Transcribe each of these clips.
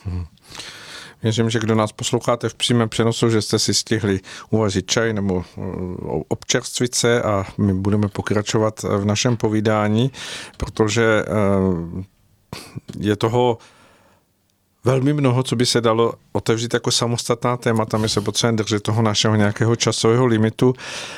Věřím, že kdo nás posloucháte v přímém přenosu, že jste si stihli uvařit čaj nebo občerstvit se a my budeme pokračovat v našem povídání, protože je toho velmi mnoho, co by se dalo otevřít jako samostatná témata. My se potřebujeme držet toho našeho nějakého časového limitu.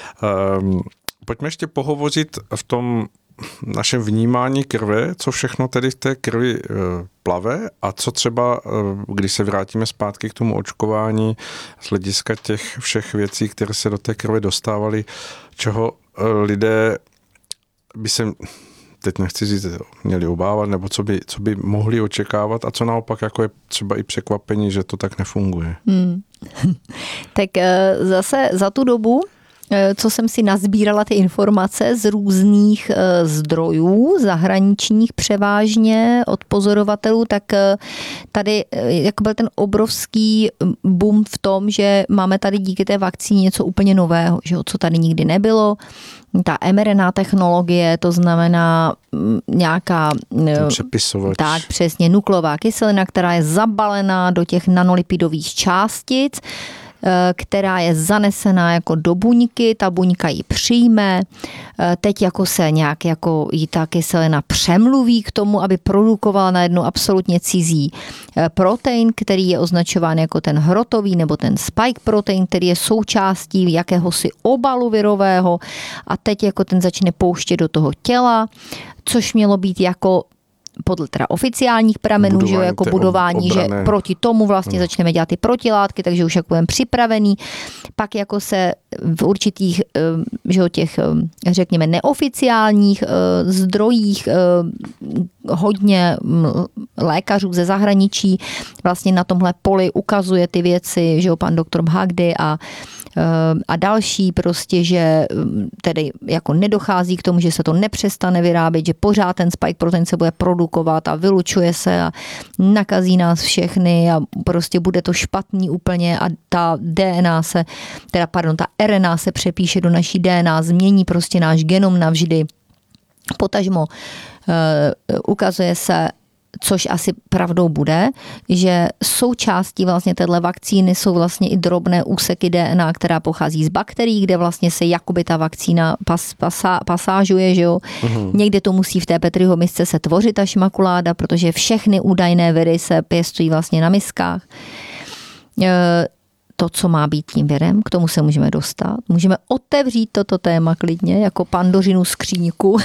Pojďme ještě pohovořit v tom našem vnímání krve, co všechno tedy v té krvi plave a co třeba, když se vrátíme zpátky k tomu očkování z hlediska těch všech věcí, které se do té krve dostávaly, čeho lidé by se, teď nechci říct, měli obávat, nebo co by mohli očekávat a co naopak jako je třeba i překvapení, že to tak nefunguje. Tak zase za tu dobu, co jsem si nazbírala ty informace z různých zdrojů, zahraničních převážně od pozorovatelů, tak tady jako byl ten obrovský boom v tom, že máme tady díky té vakcíně něco úplně nového, že co tady nikdy nebylo. Ta mRNA technologie, to znamená nějaká přepisovač. Tak přesně nukleová kyselina, která je zabalená do těch nanolipidových částic, která je zanesená jako do buňky, ta buňka ji přijme, teď jako se nějak jako jí ta kyselina přemluví k tomu, aby produkovala najednou absolutně cizí protein, který je označován jako ten hrotový nebo ten spike protein, který je součástí jakéhosi obalu virového a teď jako ten začne pouštět do toho těla, což mělo být jako podle teda oficiálních pramenů, budování, že jako budování, že proti tomu vlastně začneme dělat ty protilátky, takže už jako budeme připravený. Pak jako se v určitých, že těch, řekněme, neoficiálních zdrojích hodně lékařů ze zahraničí vlastně na tomhle poli ukazuje ty věci, že pan doktor Mhagdy a další prostě, že tedy jako nedochází k tomu, že se to nepřestane vyrábět, že pořád ten spike protein se bude produkovat a vylučuje se a nakazí nás všechny a prostě bude to špatný úplně a ta DNA se, teda pardon, ta RNA se přepíše do naší DNA, změní prostě náš genom navždy. Potažmo ukazuje se, což asi pravdou bude, že součástí vlastně téhle vakcíny jsou vlastně i drobné úseky DNA, která pochází z bakterií, kde vlastně se jakoby ta vakcína pasážuje, že jo. Někde to musí v té Petriho misce se tvořit ta šmakuláda, protože všechny údajné viry se pěstují vlastně na miskách. To, co má být tím virem, k tomu se můžeme dostat. Můžeme otevřít toto téma klidně, jako Pandořinu skříňku.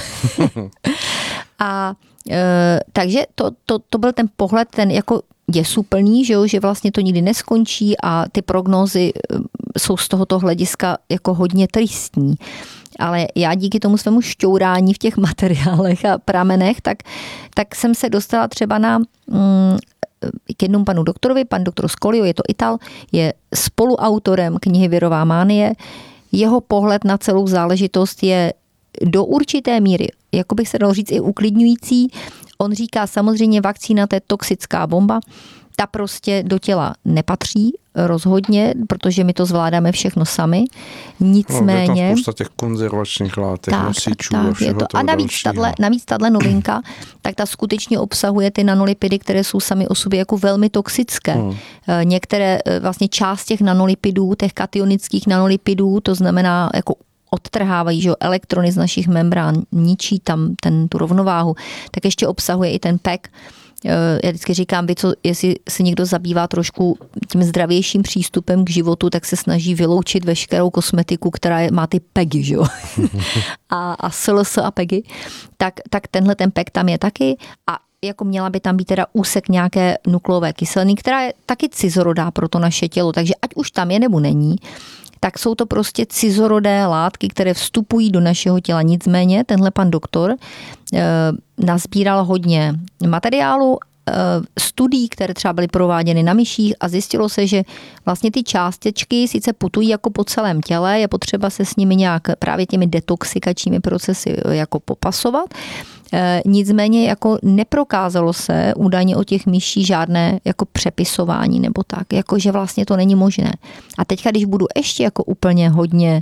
A takže to byl ten pohled, ten jako děsuplný, že vlastně to nikdy neskončí a ty prognózy jsou z tohoto hlediska jako hodně tristní. Ale já díky tomu svému šťourání v těch materiálech a pramenech, tak jsem se dostala třeba k jednomu panu doktorovi, pan doktor Scolio, je to Ital, je spoluautorem knihy Virová mánie. Jeho pohled na celou záležitost je do určité míry, jako bych se dalo říct, i uklidňující. On říká samozřejmě vakcína, to je toxická bomba, ta prostě do těla nepatří rozhodně, protože my to zvládáme všechno sami. Nicméně... je tam spousta těch konzervačních látek, nosičů a všeho toho a navíc tato novinka, tak ta skutečně obsahuje ty nanolipidy, které jsou sami o sobě jako velmi toxické. Některé vlastně část těch nanolipidů, těch kationických nanolipidů, to znamená jako odtrhávají, že elektrony z našich membrán, ničí tam tu rovnováhu, tak ještě obsahuje i ten PEG. Já vždycky říkám, jestli se někdo zabývá trošku tím zdravějším přístupem k životu, tak se snaží vyloučit veškerou kosmetiku, která má ty PEGy, že jo? a SLS a PEGy. Tak tenhle ten PEG tam je taky a jako měla by tam být teda úsek nějaké nukleové kyseliny, která je taky cizorodá pro to naše tělo, takže ať už tam je nebo není, tak jsou to prostě cizorodé látky, které vstupují do našeho těla. Nicméně tenhle pan doktor nazbíral hodně materiálu, studií, které třeba byly prováděny na myších a zjistilo se, že vlastně ty částečky sice putují jako po celém těle, je potřeba se s nimi nějak právě těmi detoxikačními procesy jako popasovat. Nicméně jako neprokázalo se údajně o těch myší žádné jako přepisování nebo tak, jako že vlastně to není možné. A teďka, když budu ještě jako úplně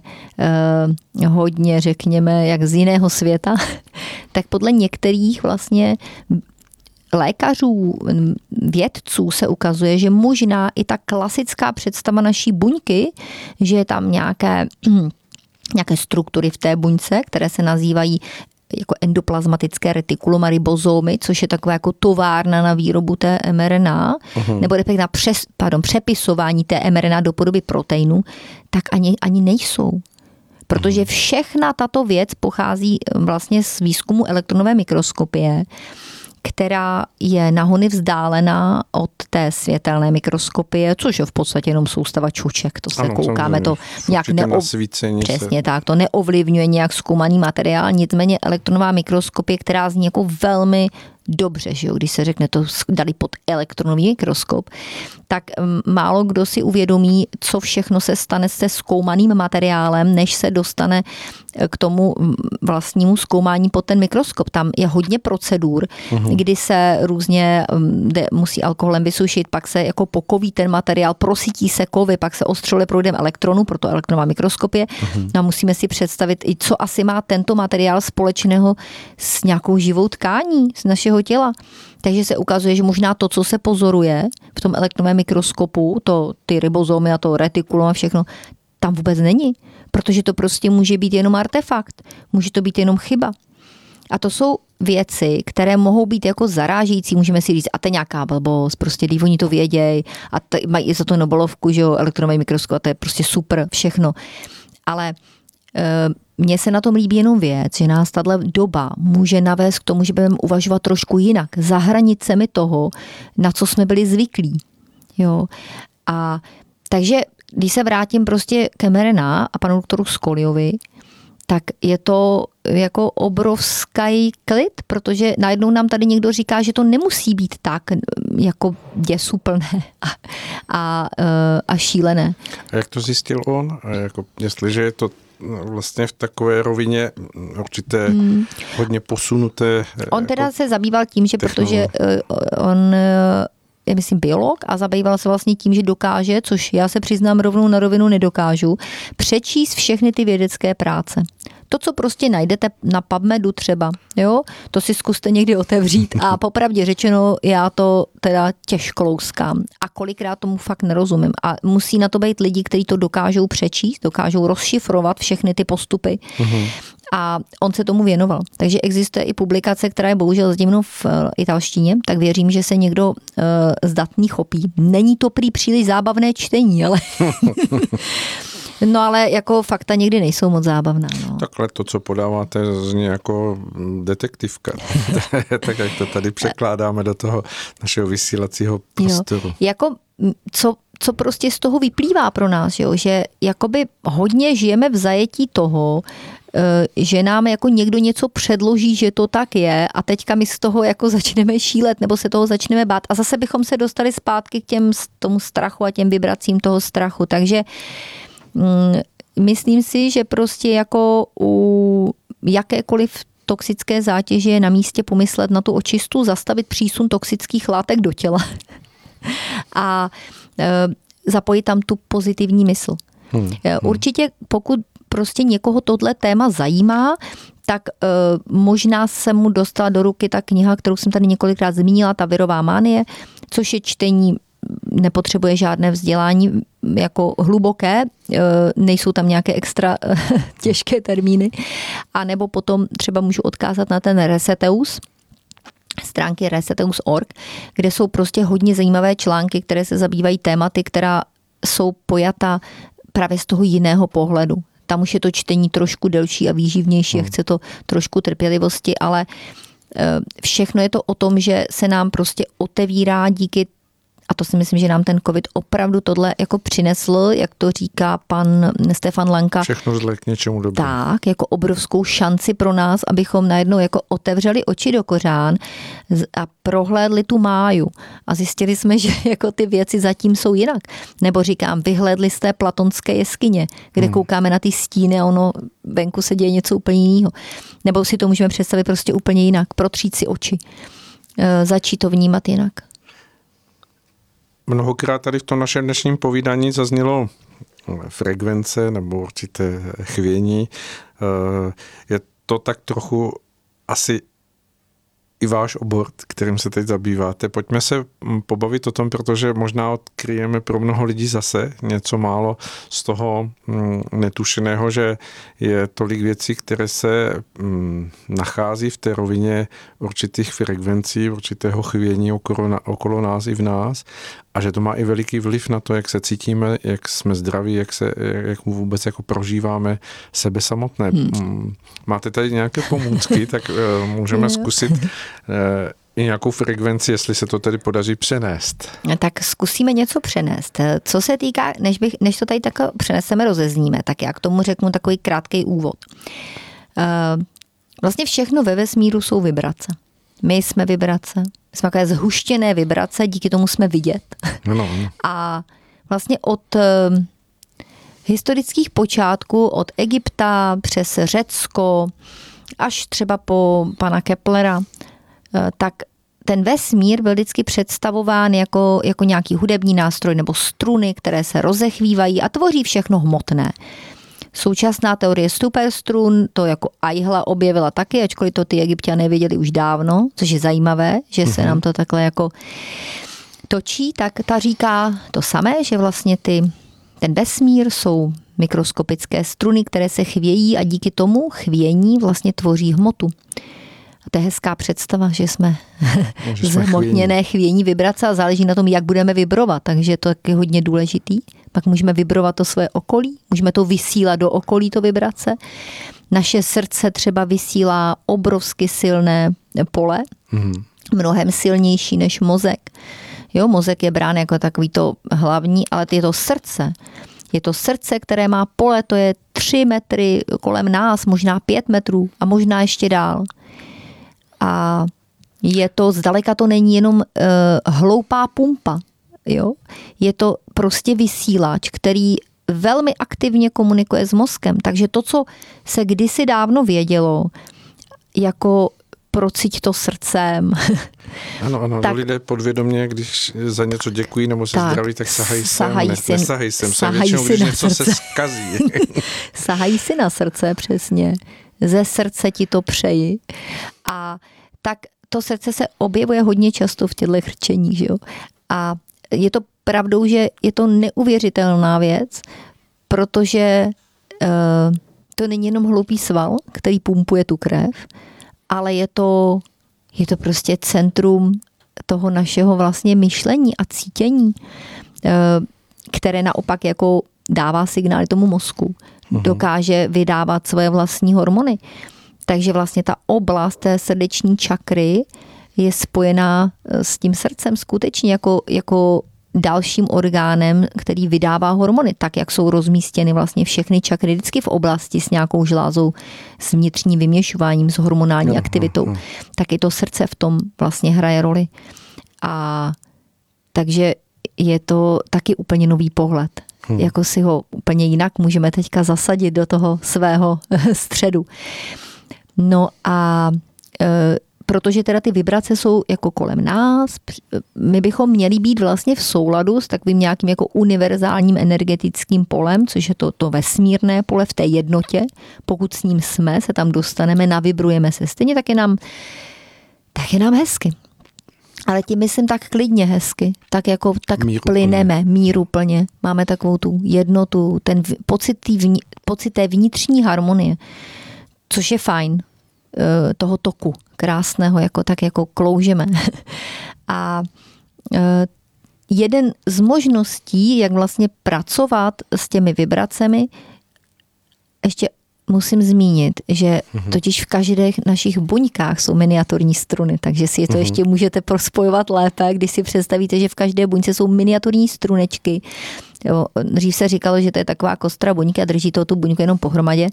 hodně řekněme, jak z jiného světa, tak podle některých vlastně lékařů, vědců se ukazuje, že možná i ta klasická představa naší buňky, že je tam nějaké struktury v té buňce, které se nazývají jako endoplazmatické retikulum a ribozomy, což je taková jako továrna na výrobu té mRNA, nebo na přepisování té mRNA do podoby proteinu, tak ani nejsou. Protože všechna tato věc pochází vlastně z výzkumu elektronové mikroskopie, která je na hony vzdálená od té světelné mikroskopie, což je v podstatě jenom soustava čoček. To se ano, koukáme, to nějak přesně tak, to neovlivňuje nějak zkoumaný materiál, nicméně elektronová mikroskopie, která zní jako velmi dobře, že jo? Když se řekne, to dali pod elektronový mikroskop, tak málo kdo si uvědomí, co všechno se stane se zkoumaným materiálem, než se dostane k tomu vlastnímu zkoumání pod ten mikroskop. Tam je hodně procedur, kdy se různě musí alkoholem vysušit, pak se jako pokoví ten materiál, prosytí se kovy, pak se ostřeluje proudem elektronů, proto elektronová mikroskopie. No a musíme si představit, i co asi má tento materiál společného s nějakou živou tkání z našeho těla. Takže se ukazuje, že možná to, co se pozoruje v tom elektronovém mikroskopu, ty ribozomy a to retikulum a všechno, tam vůbec není. Protože to prostě může být jenom artefakt. Může to být jenom chyba. A to jsou věci, které mohou být jako zarážející. Můžeme si říct, a to je nějaká blbost, prostě když oni to vědějí a mají za to Nobelovku, že jo, elektronový mikroskop, a to je prostě super, všechno. Ale mně se na tom líbí jenom věc, že nás tato doba může navést k tomu, že budeme uvažovat trošku jinak, za hranicemi toho, na co jsme byli zvyklí. Jo. A takže když se vrátím prostě k mRNA a panu doktoru Scoliovi, tak je to jako obrovský klid, protože najednou nám tady někdo říká, že to nemusí být tak jako děsuplné a šílené. A jak to zjistil on? A jako, jestliže je to vlastně v takové rovině určité hodně posunuté. On teda se zabýval tím, že protože on je myslím biolog a zabýval se vlastně tím, že dokáže, což já se přiznám rovnou na rovinu nedokážu, přečíst všechny ty vědecké práce. To, co prostě najdete na PubMedu třeba, jo, to si zkuste někdy otevřít a popravdě řečeno, já to teda těžko louskám a kolikrát tomu fakt nerozumím a musí na to být lidi, kteří to dokážou přečíst, dokážou rozšifrovat všechny ty postupy. A on se tomu věnoval. Takže existuje i publikace, která je bohužel zděmnou v italštině, tak věřím, že se někdo zdatný chopí. Není to prý příliš zábavné čtení, ale... No ale jako fakta někdy nejsou moc zábavná. No. Takhle to, co podáváte, zní jako detektivka. Tak jak to tady překládáme do toho našeho vysílacího prostoru. Jo. Jako co prostě z toho vyplývá pro nás, jo? Že jakoby hodně žijeme v zajetí toho, že nám jako někdo něco předloží, že to tak je a teďka my z toho jako začneme šílet nebo se toho začneme bát a zase bychom se dostali zpátky k tomu strachu a těm vibracím toho strachu. Takže myslím si, že prostě jako u jakékoliv toxické zátěže je na místě pomyslet na tu očistu, zastavit přísun toxických látek do těla a zapojit tam tu pozitivní mysl. Určitě pokud prostě někoho tohle téma zajímá, tak možná se mu dostala do ruky ta kniha, kterou jsem tady několikrát zmínila, ta Virová mánie, což je čtení, nepotřebuje žádné vzdělání jako hluboké, nejsou tam nějaké extra těžké termíny, a nebo potom třeba můžu odkázat na ten Reseteus, stránky reseteus.org, kde jsou prostě hodně zajímavé články, které se zabývají tématy, která jsou pojata právě z toho jiného pohledu. Tam už je to čtení trošku delší a výživnější a chce to trošku trpělivosti, ale všechno je to o tom, že se nám prostě otevírá díky, a to si myslím, že nám ten covid opravdu tohle jako přinesl, jak to říká pan Stefan Lanka. Všechno zlé k něčemu dobré. Tak, jako obrovskou šanci pro nás, abychom najednou jako otevřeli oči do kořán a prohlédli tu máju. A zjistili jsme, že jako ty věci zatím jsou jinak. Nebo říkám, vyhlédli z té platonské jeskyně, kde koukáme na ty stíny a ono venku se děje něco úplně jiného. Nebo si to můžeme představit prostě úplně jinak. Protřít si oči. Začít to vnímat jinak. Mnohokrát tady v tom našem dnešním povídání zaznělo frekvence nebo určité chvění. Je to tak trochu asi i váš obor, kterým se teď zabýváte. Pojďme se pobavit o tom, protože možná odkryjeme pro mnoho lidí zase něco málo z toho netušeného, že je tolik věcí, které se nachází v té rovině určitých frekvencí, určitého chvění okolo nás i v nás a že to má i veliký vliv na to, jak se cítíme, jak jsme zdraví, jak vůbec jako prožíváme sebe samotné. Máte tady nějaké pomůcky, tak můžeme zkusit i nějakou frekvenci, jestli se to tedy podaří přenést. Tak zkusíme něco přenést. Co se týká, než to tady tak přeneseme, rozezníme, tak já k tomu řeknu takový krátký úvod. Vlastně všechno ve vesmíru jsou vibrace. My jsme vibrace. Jsme takové zhuštěné vibrace, díky tomu jsme vidět. No. A vlastně od historických počátků, od Egypta přes Řecko, až třeba po pana Keplera, tak ten vesmír byl vždycky představován jako nějaký hudební nástroj nebo struny, které se rozechvívají a tvoří všechno hmotné. Současná teorie superstrun to jako Ajhla objevila taky, ačkoliv to ty Egypťané věděli už dávno, což je zajímavé, že se nám to takhle jako točí, tak ta říká to samé, že vlastně ten vesmír jsou mikroskopické struny, které se chvějí a díky tomu chvění vlastně tvoří hmotu. A to je hezká představa, že jsme zhmotněné chvění vibrace a záleží na tom, jak budeme vibrovat, takže to je hodně důležitý. Pak můžeme vibrovat to své okolí, můžeme to vysílat do okolí, to vibrace. Naše srdce třeba vysílá obrovsky silné pole, mnohem silnější než mozek. Jo, mozek je brán jako takový to hlavní, ale je to srdce. Je to srdce, které má pole, to je 3 metry kolem nás, možná 5 metrů a možná ještě dál. A je to, zdaleka to není jenom hloupá pumpa. Jo? Je to prostě vysílač, který velmi aktivně komunikuje s mozkem. Takže to, co se kdysi dávno vědělo, jako procíť to srdcem. Ano, tak, lidé podvědomě, když za něco děkují nebo se zdraví, tak sahají sem. Většinou, když něco se zkazí. Sahají si na srdce, přesně. Ze srdce ti to přeji. A tak to srdce se objevuje hodně často v těchto chrčeních. Jo? A je to pravdou, že je to neuvěřitelná věc, protože to není jenom hloupý sval, který pumpuje tu krev, ale je to prostě centrum toho našeho vlastně myšlení a cítění, které naopak jako dává signály tomu mozku. Dokáže vydávat svoje vlastní hormony. Takže vlastně ta oblast té srdeční čakry je spojená s tím srdcem skutečně jako dalším orgánem, který vydává hormony, tak jak jsou rozmístěny vlastně všechny čakry vždycky v oblasti s nějakou žlázou, s vnitřním vyměšováním, s hormonální aktivitou. Tak i to srdce v tom vlastně hraje roli. A takže je to taky úplně nový pohled. Jako si ho úplně jinak můžeme teďka zasadit do toho svého středu. No a protože teda ty vibrace jsou jako kolem nás, my bychom měli být vlastně v souladu s takovým nějakým jako univerzálním energetickým polem, což je to vesmírné pole v té jednotě. Pokud s ním jsme, se tam dostaneme, navibrujeme se. Stejně tak je nám hezky. Ale tím myslím tak klidně hezky, tak plyneme, míruplně. Máme takovou tu jednotu, ten pocit té vnitřní harmonie, což je fajn, toho toku krásného, tak jako kloužeme. A jeden z možností, jak vlastně pracovat s těmi vibracemi, ještě musím zmínit, že totiž v každých našich buňkách jsou miniaturní struny, takže si to ještě můžete prospojovat lépe, když si představíte, že v každé buňce jsou miniaturní strunečky. Jo, dřív se říkalo, že to je taková kostra buňky a drží to tu buňku jenom pohromadě.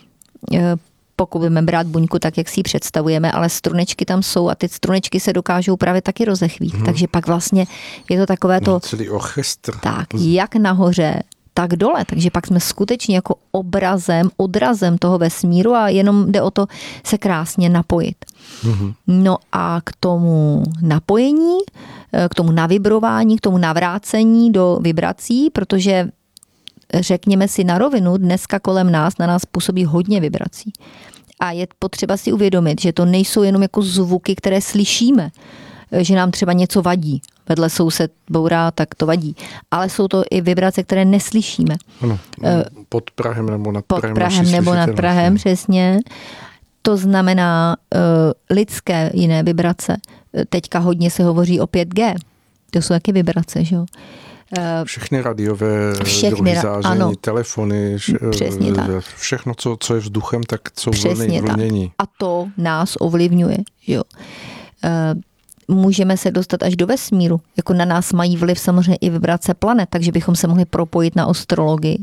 Pokud budeme brát buňku tak, jak si ji představujeme, ale strunečky tam jsou a ty strunečky se dokážou právě taky rozechvít. Takže pak vlastně je to takové to... Celý orchestr. Tak, jak nahoře, tak dole. Takže pak jsme skutečně jako odrazem toho vesmíru a jenom jde o to se krásně napojit. No a k tomu napojení, k tomu navibrování, k tomu navrácení do vibrací, protože řekněme si na rovinu, dneska kolem nás na nás působí hodně vibrací. A je potřeba si uvědomit, že to nejsou jenom jako zvuky, které slyšíme, že nám třeba něco vadí. Vedle soused bourá, tak to vadí. Ale jsou to i vibrace, které neslyšíme. Ano, pod Prahem nebo nad Prahem. Pod Prahem nebo nad Prahem, přesně. To znamená lidské jiné vibrace. Teďka hodně se hovoří o 5G. To jsou taky vibrace, že jo? Všechny radiové druhy záření, ano, telefony, všechno, co je vzduchem, tak jsou vlnění. A to nás ovlivňuje, jo. Můžeme se dostat až do vesmíru. Jako na nás mají vliv samozřejmě i vibrace planet, takže bychom se mohli propojit na astrologii,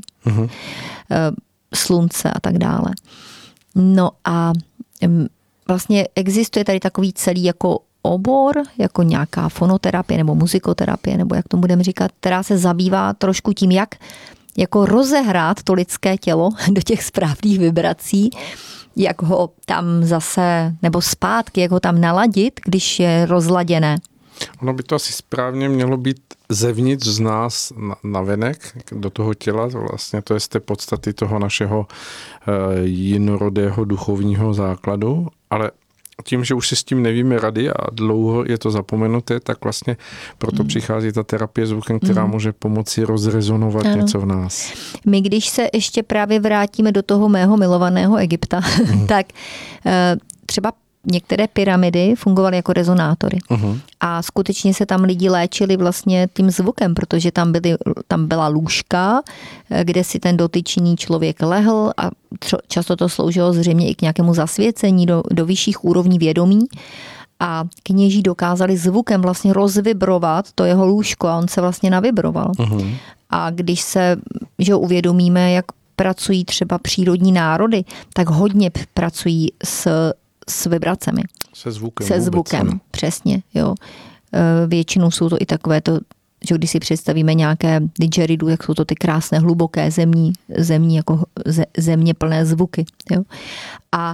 slunce a tak dále. No a vlastně existuje tady takový celý jako obor, jako nějaká fonoterapie nebo muzikoterapie, nebo jak to budeme říkat, která se zabývá trošku tím, jak jako rozehrát to lidské tělo do těch správných vibrací, jak ho tam zase, nebo zpátky, jak ho tam naladit, když je rozladěné. Ono by to asi správně mělo být zevnitř z nás navenek do toho těla, vlastně to je z té podstaty toho našeho jinorodého duchovního základu, ale tím, že už si s tím nevíme rady a dlouho je to zapomenuté, tak vlastně proto přichází ta terapie zvukem, která může pomoci rozrezonovat něco v nás. My, když se ještě právě vrátíme do toho mého milovaného Egypta, tak třeba některé pyramidy fungovaly jako rezonátory. A skutečně se tam lidi léčili vlastně tím zvukem, protože tam byla lůžka, kde si ten dotyčný člověk lehl a často to sloužilo zřejmě i k nějakému zasvěcení do vyšších úrovní vědomí. A kněží dokázali zvukem vlastně rozvibrovat to jeho lůžko a on se vlastně navibroval. A když se uvědomíme, jak pracují třeba přírodní národy, tak hodně pracují s vibracemi. Se zvukem, přesně, jo. Většinou jsou to i takové to, že když si představíme nějaké didgeridoo, jak jsou to ty krásné, hluboké zemní jako země plné zvuky, jo. A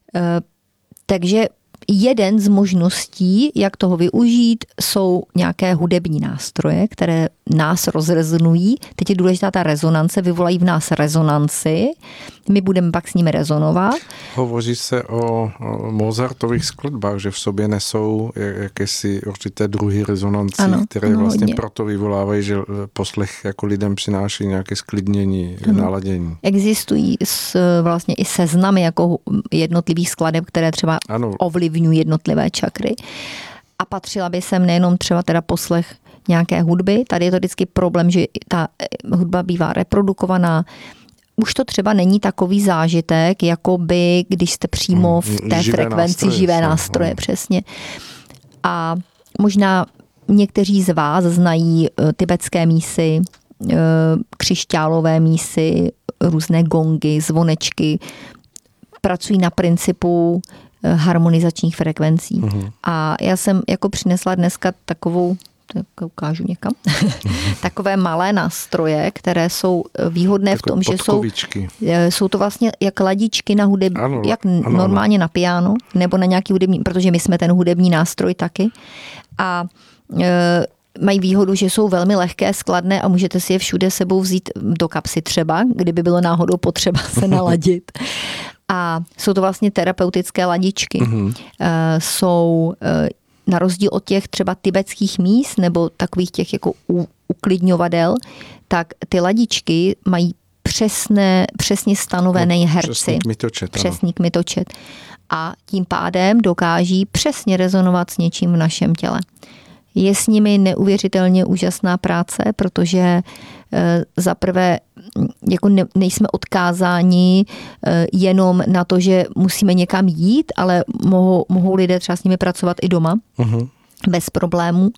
takže jeden z možností, jak toho využít, jsou nějaké hudební nástroje, které nás rozrezonují. Teď je důležitá ta rezonance, vyvolají v nás rezonanci. My budeme pak s nimi rezonovat. Hovoří se o Mozartových skladbách, že v sobě nesou jakési určité druhy rezonancí, které vlastně hodně proto vyvolávají, že poslech jako lidem přináší nějaké sklidnění, naladění. Existují vlastně i seznamy jako jednotlivých skladeb, které třeba ovlivňují jednotlivé čakry. A patřila by sem nejenom třeba teda poslech nějaké hudby. Tady je to vždycky problém, že ta hudba bývá reprodukovaná. Už to třeba není takový zážitek, jako by, když jste přímo v té frekvenci živé nástroje, přesně. A možná někteří z vás znají tibetské mísy, křišťálové mísy, různé gongy, zvonečky. Pracují na principu harmonizačních frekvencí. A já jsem jako přinesla dneska takovou, tak ukážu někam, takové malé nástroje, které jsou výhodné v tom, že jsou to vlastně jak ladičky na hudební, normálně na piano, nebo na nějaký hudební, protože my jsme ten hudební nástroj taky. A mají výhodu, že jsou velmi lehké, skladné a můžete si je všude sebou vzít do kapsy třeba, kdyby bylo náhodou potřeba se naladit. A jsou to vlastně terapeutické ladičky. Jsou na rozdíl od těch třeba tibetských míst nebo takových těch jako uklidňovadel, tak ty ladičky mají přesně stanovený herci. Přesný kmitočet. A tím pádem dokáží přesně rezonovat s něčím v našem těle. Je s nimi neuvěřitelně úžasná práce, protože zaprvé jako nejsme odkázáni jenom na to, že musíme někam jít, ale mohou lidé třeba s nimi pracovat i doma bez problémů.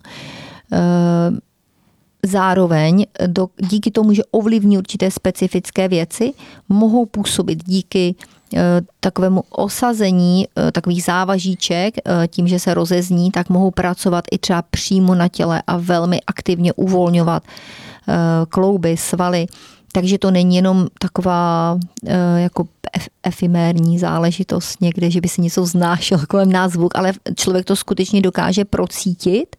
Zároveň díky tomu, že ovlivní určité specifické věci, mohou působit díky takovému osazení takových závažíček, tím, že se rozezní, tak mohou pracovat i třeba přímo na těle a velmi aktivně uvolňovat klouby, svaly. Takže to není jenom taková jako efimérní záležitost někde, že by si něco vznášel kolem nás zvuk, ale člověk to skutečně dokáže procítit.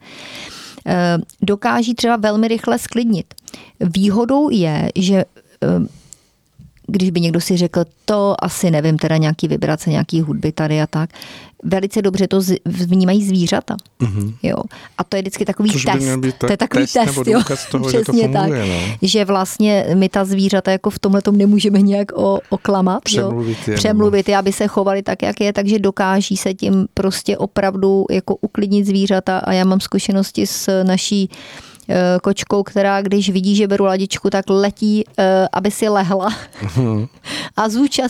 Dokáží třeba velmi rychle sklidnit. Výhodou je, že když by někdo si řekl, to asi nevím, teda nějaký vibrace, nějaký hudby tady a tak, velice dobře to vnímají zvířata. Jo. A to je vždycky takový Což test. To je takový test, nebo důkaz toho, že to funguje. Tak, že vlastně my ta zvířata jako v tomhletom nemůžeme nějak oklamat. Přemluvit je, aby se chovali tak, jak je, takže dokáží se tím prostě opravdu jako uklidnit zvířata a já mám zkušenosti s naší kočkou, která když vidí, že beru ladičku, tak letí, aby si lehla a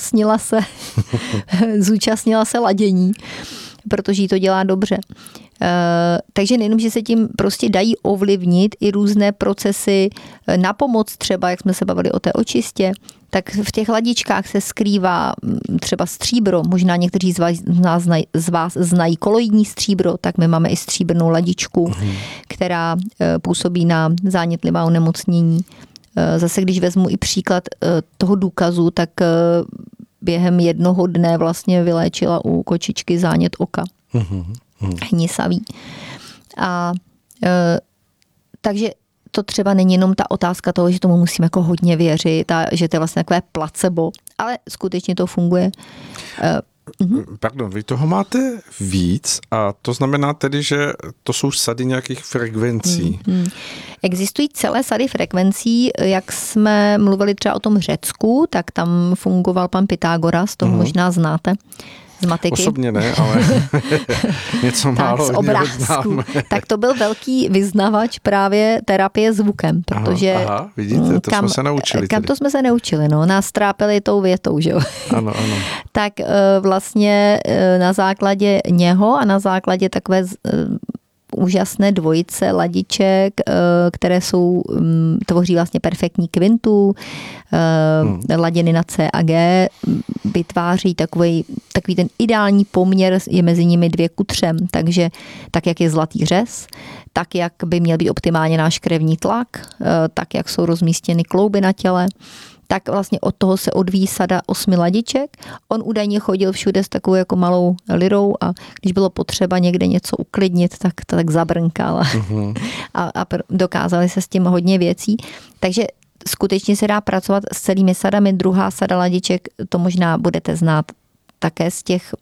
zúčastnila se ladění, protože jí to dělá dobře. Takže nejenom, že se tím prostě dají ovlivnit i různé procesy na pomoc třeba, jak jsme se bavili o té očistě, tak v těch ladičkách se skrývá třeba stříbro. Možná někteří z vás znají koloidní stříbro, tak my máme i stříbrnou ladičku, která působí na zánětlivá onemocnění. Zase, když vezmu i příklad toho důkazu, tak během jednoho dne vlastně vyléčila u kočičky zánět oka. Hnisavý. A takže to třeba není jenom ta otázka toho, že tomu musíme jako hodně věřit a že to je vlastně takové placebo, ale skutečně to funguje. Pardon, vy toho máte víc a to znamená tedy, že to jsou sady nějakých frekvencí. Existují celé sady frekvencí, jak jsme mluvili třeba o tom Řecku, tak tam fungoval pan Pythagoras, toho možná znáte. Z matiky. Osobně ne, ale něco málo z obrázku. Tak to byl velký vyznavač právě terapie zvukem, protože aha, vidíte, to jsme se naučili. Kam to jsme se naučili, no, nás trápili tou větou, že jo. Ano. Tak vlastně na základě něho a na základě takové úžasné dvojice ladiček, které tvoří vlastně perfektní kvintu, ladiny na C a G, vytváří takový ten ideální poměr, je mezi nimi 2:3, takže tak, jak je zlatý řez, tak, jak by měl být optimálně náš krevní tlak, tak, jak jsou rozmístěny klouby na těle, tak vlastně od toho se odvíjí sada 8 ladiček. On údajně chodil všude s takovou jako malou lirou a když bylo potřeba někde něco uklidnit, tak zabrnkal. A dokázali se s tím hodně věcí. Takže skutečně se dá pracovat s celými sadami. Druhá sada ladiček, to možná budete znát také z těch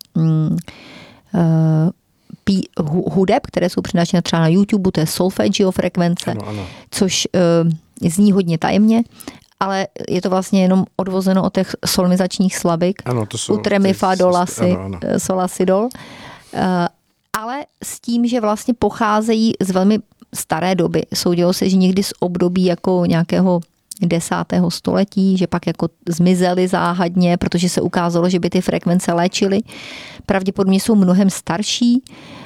hudeb, které jsou přinášené třeba na YouTube, to je solfeggio frekvence, ano. Což zní hodně tajemně, ale je to vlastně jenom odvozeno od těch solmizačních slabik. Ano, to jsou ut, re, mi, fa, do, la, si, sol, la, si, dol. Ale s tím, že vlastně pocházejí z velmi staré doby. Soudilo se, že někdy z období jako nějakého 10. století, že pak jako zmizely záhadně, protože se ukázalo, že by ty frekvence léčily. Pravděpodobně jsou mnohem starší.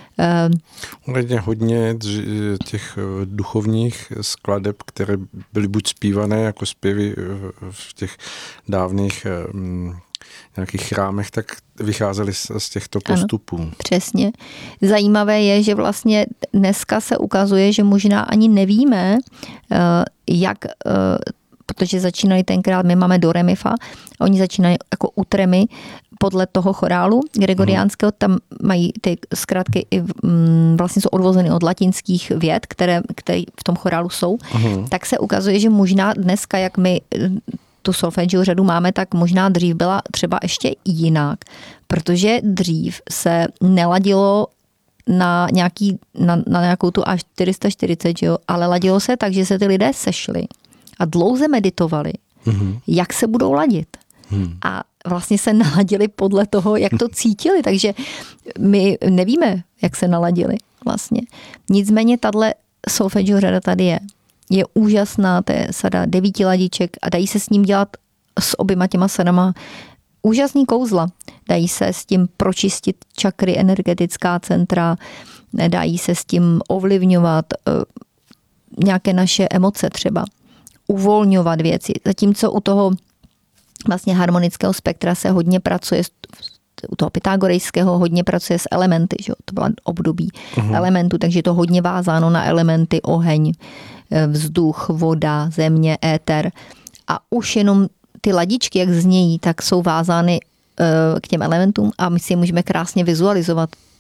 Hodně těch duchovních skladeb, které byly buď zpívané jako zpěvy v těch dávných nějakých chrámech, tak vycházely z těchto postupů. Ano, přesně. Zajímavé je, že vlastně dneska se ukazuje, že možná ani nevíme, jak, protože začínali tenkrát, my máme do, re, mi, fa, oni začínají jako ut, re, mi, podle toho chorálu gregoriánského, tam mají ty zkrátky i vlastně jsou odvozeny od latinských vět, které v tom chorálu jsou, tak se ukazuje, že možná dneska, jak my tu solfeggio řadu máme, tak možná dřív byla třeba ještě jinak, protože dřív se neladilo na nějakou tu až 440, jo, ale ladilo se tak, že se ty lidé sešli a dlouze meditovali, jak se budou ladit. A vlastně se naladili podle toho, jak to cítili, takže my nevíme, jak se naladili vlastně. Nicméně tahle solfeggio řada tady je. Je úžasná, to je sada 9 ladiček a dají se s ním dělat s oběma těma sadama úžasný kouzla. Dají se s tím pročistit čakry, energetická centra, dají se s tím ovlivňovat nějaké naše emoce třeba, uvolňovat věci. Zatímco u toho vlastně harmonického spektra se hodně pracuje, u toho pythagorejského hodně pracuje s elementy, že? To byla období elementů, takže je to hodně vázáno na elementy oheň, vzduch, voda, země, éter. A už jenom ty ladičky, jak znějí, tak jsou vázány k těm elementům a my si je můžeme krásně vizualizovat.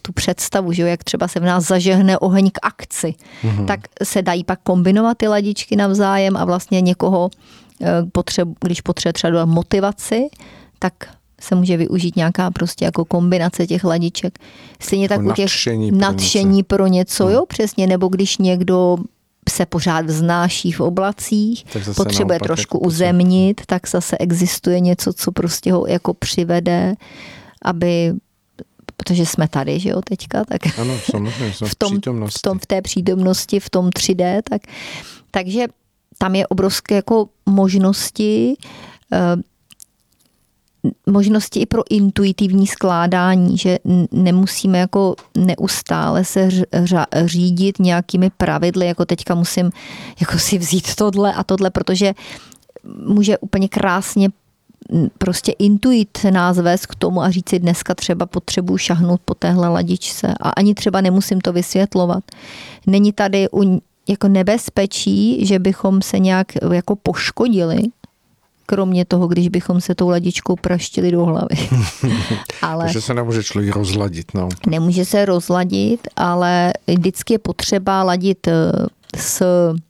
tu představu, že jo, jak třeba se v nás zažehne oheň k akci, tak se dají pak kombinovat ty ladičky navzájem a vlastně někoho, když potřebuje třeba dodat motivaci, tak se může využít nějaká prostě jako kombinace těch ladiček. Stejně tak u těch nadšení pro něco, jo, přesně, nebo když někdo se pořád vznáší v oblacích, potřebuje trošku uzemnit, tak zase existuje něco, co prostě ho jako přivede, aby, protože jsme tady, že jo, teďka, tak ano, samozřejmě, v té přítomnosti, v tom 3D, takže tam je obrovské jako možnosti i pro intuitivní skládání, že nemusíme jako neustále se řídit nějakými pravidly, jako teďka musím jako si vzít tohle a tohle, protože může úplně krásně prostě intuit nás vést k tomu a říct si dneska třeba potřebuji šahnout po téhle ladičce a ani třeba nemusím to vysvětlovat. Není tady jako nebezpečí, že bychom se nějak jako poškodili, kromě toho, když bychom se tou ladičkou praštili do hlavy. Takže se nemůže člověk rozladit. No. Nemůže se rozladit, ale vždycky je potřeba ladit s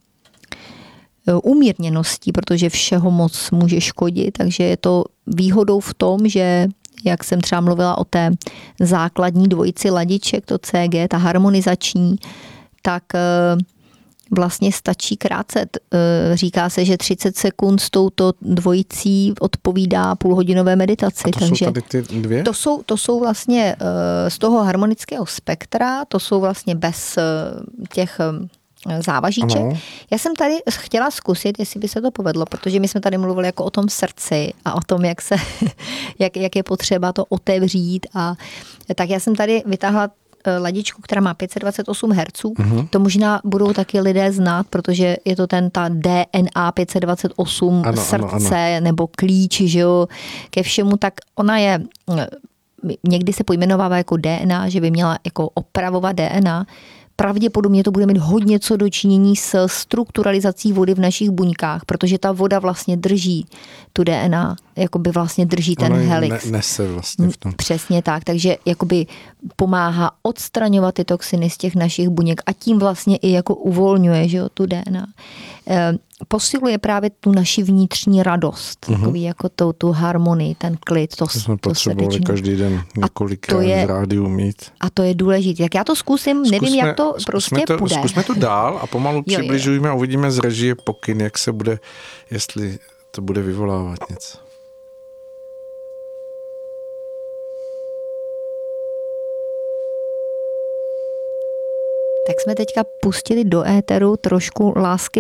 umírněností, protože všeho moc může škodit, takže je to výhodou v tom, že jak jsem třeba mluvila o té základní dvojici ladiček, to CG, ta harmonizační, tak vlastně stačí krátce. Říká se, že 30 sekund s touto dvojicí odpovídá půlhodinové meditaci. A to jsou tady ty dvě? To jsou vlastně z toho harmonického spektra, to jsou vlastně bez těch závažíček. Ano. Já jsem tady chtěla zkusit, jestli by se to povedlo, protože my jsme tady mluvili jako o tom srdci a o tom, jak je potřeba to otevřít. A tak já jsem tady vytáhla ladičku, která má 528 Hz. To možná budou taky lidé znát, protože je to ta DNA 528 srdce nebo klíč, že jo, ke všemu, tak ona je, někdy se pojmenovává jako DNA, že by měla jako opravovat DNA. Pravděpodobně to bude mít hodně co dočinění s strukturalizací vody v našich buňkách, protože ta voda vlastně drží tu DNA, jakoby vlastně drží ten helix. Nese vlastně v tom. Přesně tak, takže jakoby pomáhá odstraňovat ty toxiny z těch našich buněk a tím vlastně i jako uvolňuje, že jo, tu DNA. Posiluje právě tu naši vnitřní radost, takový jako tu harmonii, ten klid. To jsme potřebovali každý den několikrát v rádiu mít. A to je důležité. Jak já to zkusím, nevím, jak to prostě půjde. Zkusme to dál a pomalu přibližujeme a uvidíme z režie pokyn, jak se bude, jestli to bude vyvolávat něco. Tak jsme teďka pustili do éteru trošku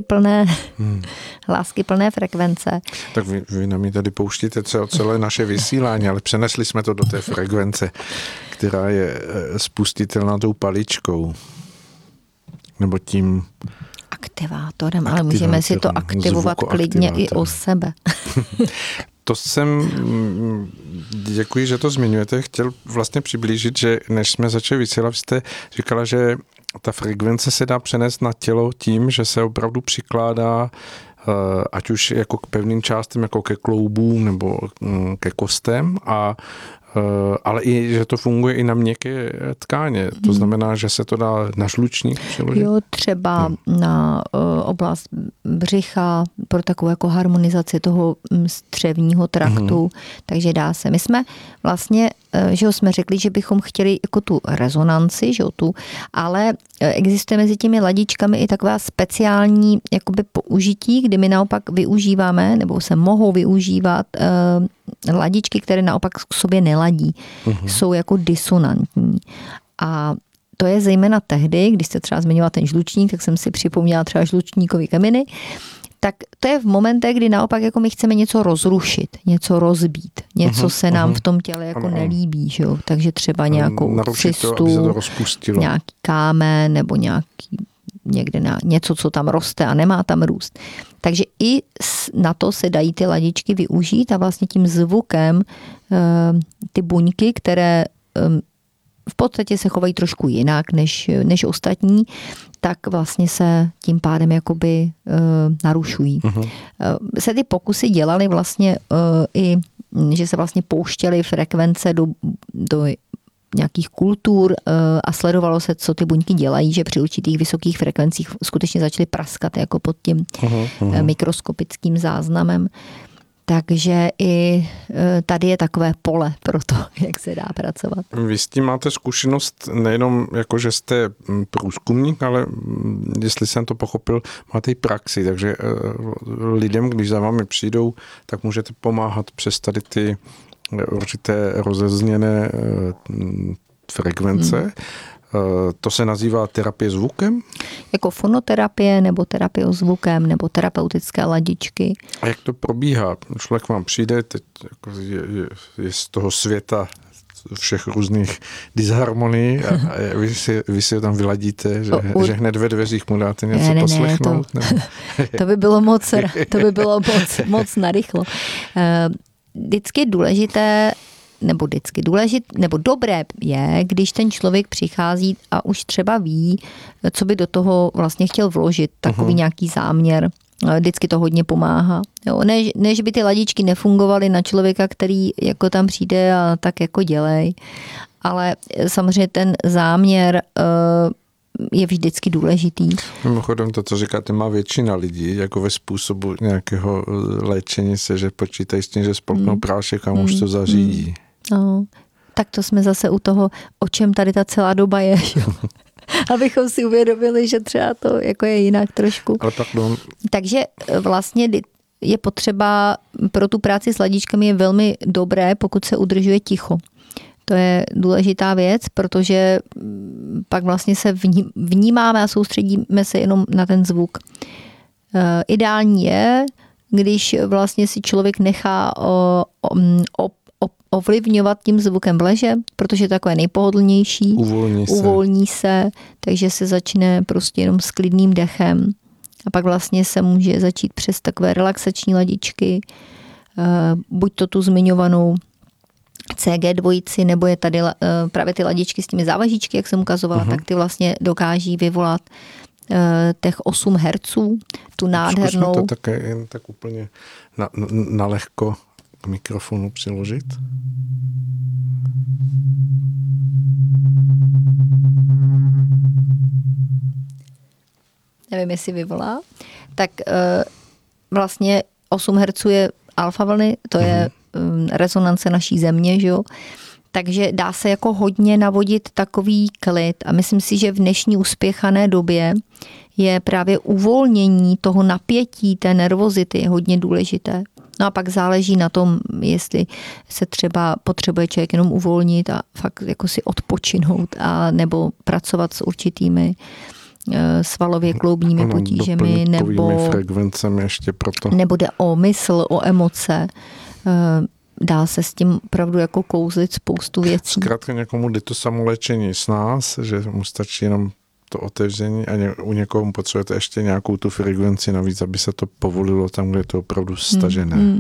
láskyplné frekvence. Tak vy nám tady pouštíte celé naše vysílání, ale přenesli jsme to do té frekvence, která je spustitelná tou paličkou. Nebo tím aktivátorem, ale můžeme si to aktivovat klidně i o sebe. To jsem, děkuji, že to zmiňujete, chtěl vlastně přiblížit, že než jsme začali vysílat, jste říkala, že ta frekvence se dá přenést na tělo tím, že se opravdu přikládá ať už jako k pevným částem, jako ke kloubům nebo ke kostem, ale i, že to funguje i na měkké tkáně. To znamená, že se to dá na žlučník přeložit? Jo, třeba na oblast břicha pro takovou jako harmonizaci toho střevního traktu, takže dá se. My jsme vlastně, že jsme řekli, že bychom chtěli jako tu rezonanci, že ale existuje mezi těmi ladičkami i taková speciální jakoby použití, kdy my naopak využíváme, nebo se mohou využívat ladičky, které naopak k sobě neladí. Jsou jako disonantní. A to je zejména tehdy, když jste třeba zmiňoval ten žlučník, tak jsem si připomněla třeba žlučníkový kameny, tak to je v momentech, kdy naopak jako my chceme něco rozrušit, něco rozbít, něco se nám v tom těle jako nelíbí, že jo? Takže třeba nějakou cystu, nějaký kámen nebo něco, co tam roste a nemá tam růst. Takže i na to se dají ty ladičky využít a vlastně tím zvukem ty buňky, které v podstatě se chovají trošku jinak než ostatní, tak vlastně se tím pádem jakoby narušují. Se ty pokusy dělaly vlastně i, že se vlastně pouštěly frekvence do nějakých kultur a sledovalo se, co ty buňky dělají, že při určitých vysokých frekvencích skutečně začaly praskat jako pod tím mikroskopickým záznamem. Takže i tady je takové pole pro to, jak se dá pracovat. Vy s tím máte zkušenost nejenom jako, že jste průzkumník, ale jestli jsem to pochopil, máte i praxi, takže lidem, když za vámi přijdou, tak můžete pomáhat přes tady ty určité rozezněné frekvence. To se nazývá terapie zvukem? Jako fonoterapie, nebo terapie zvukem, nebo terapeutické ladičky. A jak to probíhá? Člověk vám přijde, teď jako je z toho světa všech různých disharmonií a vy si tam vyladíte, že hned ve dveřích mu dáte něco poslechnout? To by bylo moc narychlo. Vždycky je důležité, nebo dobré je, když ten člověk přichází a už třeba ví, co by do toho vlastně chtěl vložit, takový nějaký záměr. Vždycky to hodně pomáhá. Jo, ne, že by ty ladičky nefungovaly na člověka, který jako tam přijde a tak jako dělej, ale samozřejmě ten záměr je vždycky důležitý. Mimochodem to, co říkáte, má většina lidí, jako ve způsobu nějakého léčení se, že počítají s tím, že spolknou prášek a už to zařídí. No, tak to jsme zase u toho, o čem tady ta celá doba je. Abychom si uvědomili, že třeba to jako je jinak trošku. Takže vlastně je potřeba pro tu práci s ladičkami je velmi dobré, pokud se udržuje ticho. To je důležitá věc, protože pak vlastně se vnímáme a soustředíme se jenom na ten zvuk. Ideální je, když vlastně si člověk nechá ovlivňovat tím zvukem v leže, protože je takové nejpohodlnější. Uvolní se, takže se začne prostě jenom s klidným dechem. A pak vlastně se může začít přes takové relaxační ladičky, buď to tu zmiňovanou CG2, nebo je tady právě ty ladičky s těmi závažičky, jak jsem ukazovala, tak ty vlastně dokáží vyvolat těch 8 Hz, tu nádhernou. Zkusme to také jen tak úplně na lehko k mikrofonu přiložit. Nevím, jestli vyvolá. Tak vlastně 8 Hz je alfa vlny, to je rezonance naší země, že jo? Takže dá se jako hodně navodit takový klid a myslím si, že v dnešní uspěchané době je právě uvolnění toho napětí, té nervozity hodně důležité. No a pak záleží na tom, jestli se třeba potřebuje člověk jenom uvolnit a fakt jako si odpočinout a nebo pracovat s určitými svalově kloubními potížemi nebo frekvencemi ještě proto. Nebo jde o mysl, o emoce. Dá se s tím opravdu jako kouzlit spoustu věcí. Zkrátka někomu jde to samoléčení s nás, že mu stačí jenom to otevření a u někoho potřebujete ještě nějakou tu frekvenci navíc, aby se to povolilo tam, kde je to opravdu stažené.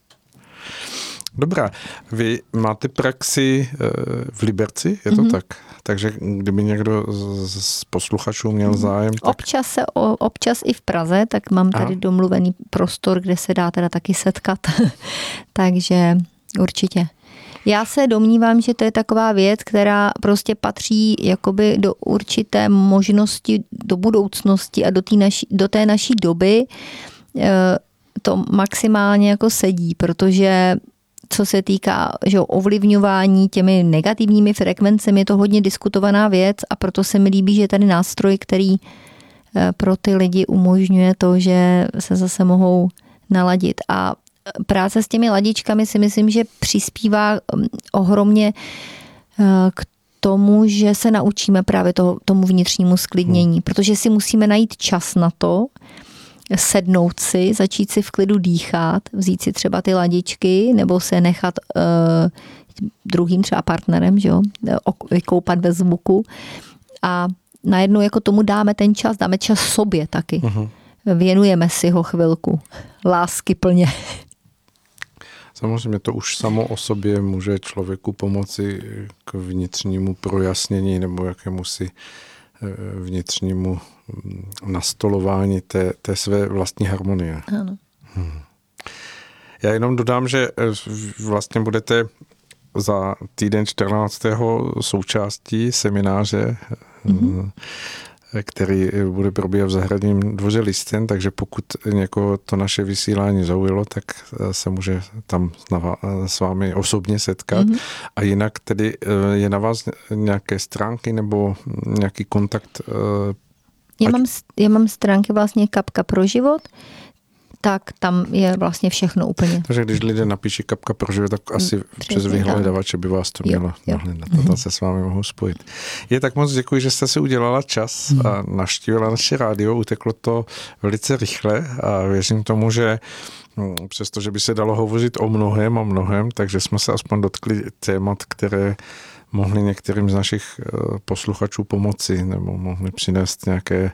Dobrá, vy máte praxi v Liberci, je to tak? Takže kdyby někdo z posluchačů měl zájem. Tak... Občas i v Praze, tak mám tady domluvený prostor, kde se dá teda taky setkat. Takže určitě. Já se domnívám, že to je taková věc, která prostě patří jakoby do určité možnosti, do budoucnosti a do té naší doby to maximálně jako sedí, protože co se týká ovlivňování těmi negativními frekvencemi, je to hodně diskutovaná věc a proto se mi líbí, že je tady nástroj, který pro ty lidi umožňuje to, že se zase mohou naladit. A práce s těmi ladičkami si myslím, že přispívá ohromně k tomu, že se naučíme právě tomu vnitřnímu sklidnění, protože si musíme najít čas na to, sednout si, začít si v klidu dýchat, vzít si třeba ty ladičky nebo se nechat druhým třeba partnerem, že jo, vykoupat bez zvuku a najednou jako tomu dáme čas sobě taky. Věnujeme si ho chvilku, lásky plně. Samozřejmě to už samo o sobě může člověku pomoci k vnitřnímu projasnění nebo jakémusi vnitřnímu nastolování té své vlastní harmonie. Ano. Já jenom dodám, že vlastně budete za týden 14. součástí semináře, který bude probíhat v Zahradním dvoře Listen, takže pokud někoho to naše vysílání zaujalo, tak se může tam s vámi osobně setkat. A jinak tedy je na vás nějaké stránky nebo nějaký kontakt? Já mám stránky vlastně Kapka pro život, tak tam je vlastně všechno úplně. Takže když lidé napíší Kapka pro život, tak asi přes vyhledávače by vás to mělo nahledat. Tam se s vámi mohou spojit. Tak moc děkuji, že jste si udělala čas a navštívila naše rádio. Uteklo to velice rychle a věřím tomu, že přestože by se dalo hovořit o mnohem, takže jsme se aspoň dotkli témat, které mohly některým z našich posluchačů pomoci nebo mohly přinést nějaké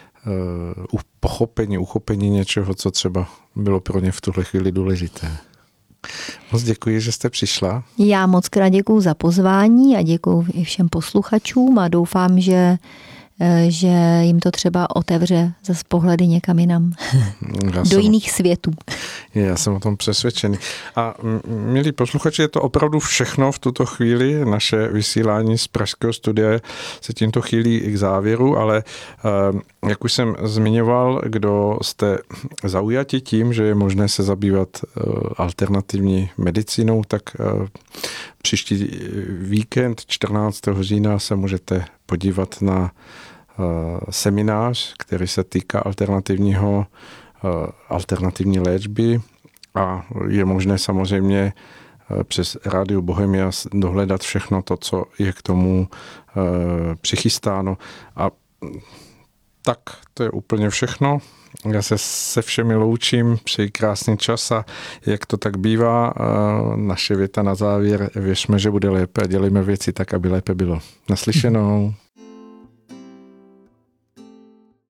uchopení něčeho, co třeba bylo pro ně v tuhle chvíli důležité. Moc děkuji, že jste přišla. Já moc krát děkuju za pozvání a děkuju i všem posluchačům a doufám, že jim to třeba otevře zase pohledy někam jinam. Do jiných světů. Já jsem o tom přesvědčený. A milí posluchači, je to opravdu všechno v tuto chvíli. Naše vysílání z pražského studia se tímto chýlí k závěru, ale jak už jsem zmiňoval, kdo jste zaujati tím, že je možné se zabývat alternativní medicínou, tak příští víkend 14. října se můžete podívat na seminář, který se týká alternativní léčby a je možné samozřejmě přes Rádio Bohemia dohledat všechno to, co je k tomu přichystáno. A tak to je úplně všechno. Já se všemi loučím, přeji krásný čas a jak to tak bývá, naše věta na závěr, věřme, že bude lépe a dělejme věci tak, aby lépe bylo. Naslyšenou.